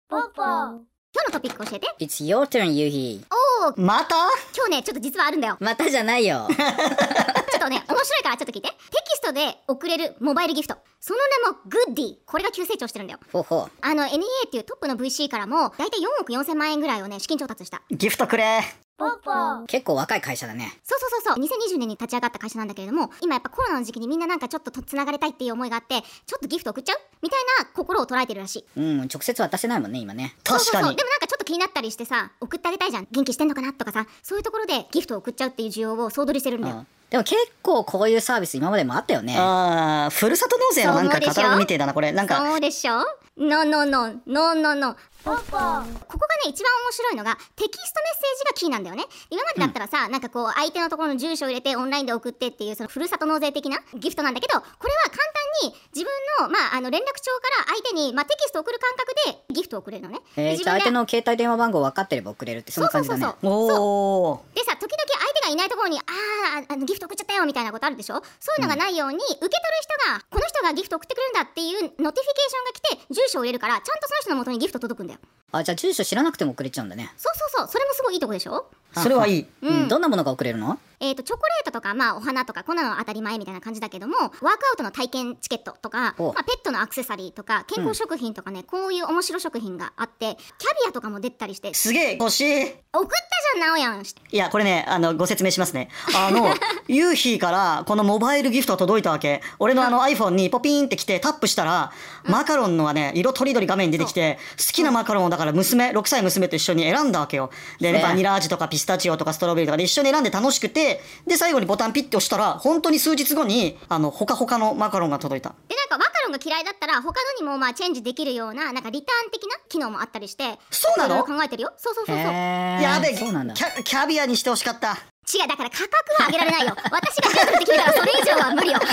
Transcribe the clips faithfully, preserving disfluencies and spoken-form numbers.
ポポ。今日のトピック教えて。 It's your turn, ゆうひ。 おー、 また今日ねちょっと実はあるんだよ。 またじゃないよ。 ちょっとね面白いからちょっと聞いて。テキストで送れるモバイルギフト、その名もグッディ。これが急成長してるんだよ。 ほうほう。 あの エヌイーエー っていうトップの ブイシー からもだいたいよんおくよんせんまんえんぐらいをね資金調達した。 ギフトくれ。 ポポ。 結構若い会社だね。 そうそうそうそう、にせんにじゅうねんに立ち上がった会社なんだけれども、今やっぱコロナの時期にみんななんかちょっとつながれたいっていう思いがあって、ちょっとギフト送っちゃうみたいな心を捉えてるらしい。 うん、直接渡せないもんね今ね。 確かに。 そうそうそう。でもなんかちょっと気になったりしてさ、送ってあげたいじゃん。元気してんのかなとかさ、そういうところでギフトを送っちゃうっていう需要を総取りしてるんだよ。 うん、でも結構こういうサービス今までもあったよね。 ああ、ふるさと納税のなんかカタログみてえだなこれ。なんかそうでしょ。ノーノーノーノーノーノー。ポポ。ここがね一番面白いのがテキストメッセージがキーなんだよね。今までだったらさ、うん、なんかこう相手のところの住所を入れてオンラインで送ってっていうそのふるさと納税的なギフトなんだけど、これは簡単に自分のまああの連絡帳から相手にまあテキストを送る感覚でギフトを送れるのね。 えー、じゃあ相手の携帯電話番号分かってれば送れるってそんな感じだね。 そうそうそうそう。 おお。 でさ、時々相手がいないところにあーあのギフト送っちゃったよみたいなことあるでしょ。そういうのがないように、うん、受け取る人がこの人がギフト送ってくれるんだっていうノティフィケーションが来て住所を入れるから、ちゃんとその人の元にギフト届くんだよ。 あ、じゃあ住所知らなくても送れちゃうんだね。 そうそうそう、それもすごいいいとこでしょ。 それはいい。 うん、どんなものが送れるの？ えーとチョコレートとか、まあ、お花とかこんなの当たり前みたいな感じだけども、ワークアウトの体験チケットとか、まあ、ペットのアクセサリーとか健康食品とかね、うん、こういう面白食品があって、キャビアとかも出たりして、 すげえ欲しい。 送ったじゃんなおやん。 いやこれね、あのご説明しますね。あのユーヒーからこのモバイルギフトが届いたわけ。俺のあの iPhone にポピーンってきてタップしたら、うん、マカロンのはね色とりどり画面に出てきて、好きなマカロンをだから娘ろくさい娘と一緒に選んだわけよ。で、ね、バニラ味とかピスタチオとかストロベリーとかで一緒に選んで楽しくて、で最後にボタンピッて押したら本当に数日後にあのほかほかのマカロンが届いた。 でなんかマカロンが嫌いだったら他のにもまあチェンジできるようななんかリターン的な機能もあったりして。 そうなの？ 考えてるよ。そうそうそうそう。 やべえ、そうなんだ。キャ、キャビアにしてほしかった。 違う、だから価格は上げられないよ。私がジャズって決めたらそれ以上は無理よ。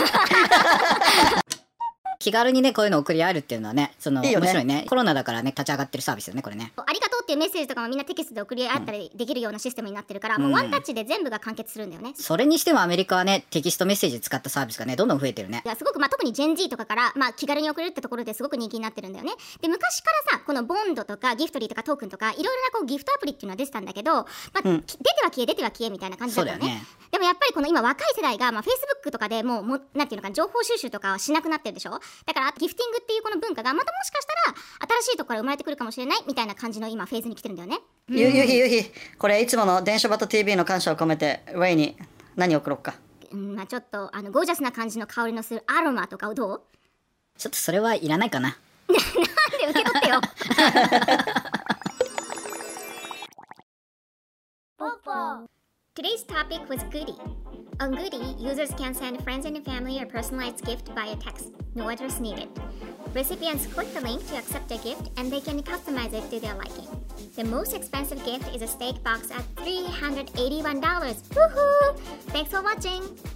気軽にねこういうの送り合えるっていうのはね、そのいいよね、 面白いね。コロナだからね立ち上がってるサービスよねこれね。 ありがとうっていうメッセージとかもみんなテキストで送り合ったりできるようなシステムになってるから、うん、もうワンタッチで全部が完結するんだよね。 それにしてもアメリカはねテキストメッセージ使ったサービスがねどんどん増えてるね。 いやすごく、まあ、特にジェン Z とかから、まあ、気軽に送れるってところですごく人気になってるんだよね。で昔からさこのボンドとかギフトリーとかトークンとかいろいろなこうギフトアプリっていうのは出てたんだけど、まあうん、出ては消え出ては消えみたいな感じだったよね。ねでもやっぱりこの今若い世代が、まあ、Facebook とかでもうもなんていうのか情報収集とかはしなくなってるでしょ。だからギフティングっていうこの文化がまたもしかしたら新しいところから生まれてくるかもしれないみたいな感じの今フェーズに来てるんだよね。 ゆゆひゆひ、これいつもの電書バト ティーブイ の感謝を込めてウェイに何送ろうか。 うん、まあちょっとあのゴージャスな感じの香りのするアロマとかをどう？ ちょっとそれはいらないかな。 なんで受け取ってよ。Today's topic was Goody. On Goody, users can send friends and family a personalized gift via text, no address needed. Recipients click the link to accept a gift and they can customize it to their liking. The most expensive gift is a steak box at three hundred eighty-one dollars. Woohoo! Thanks for watching!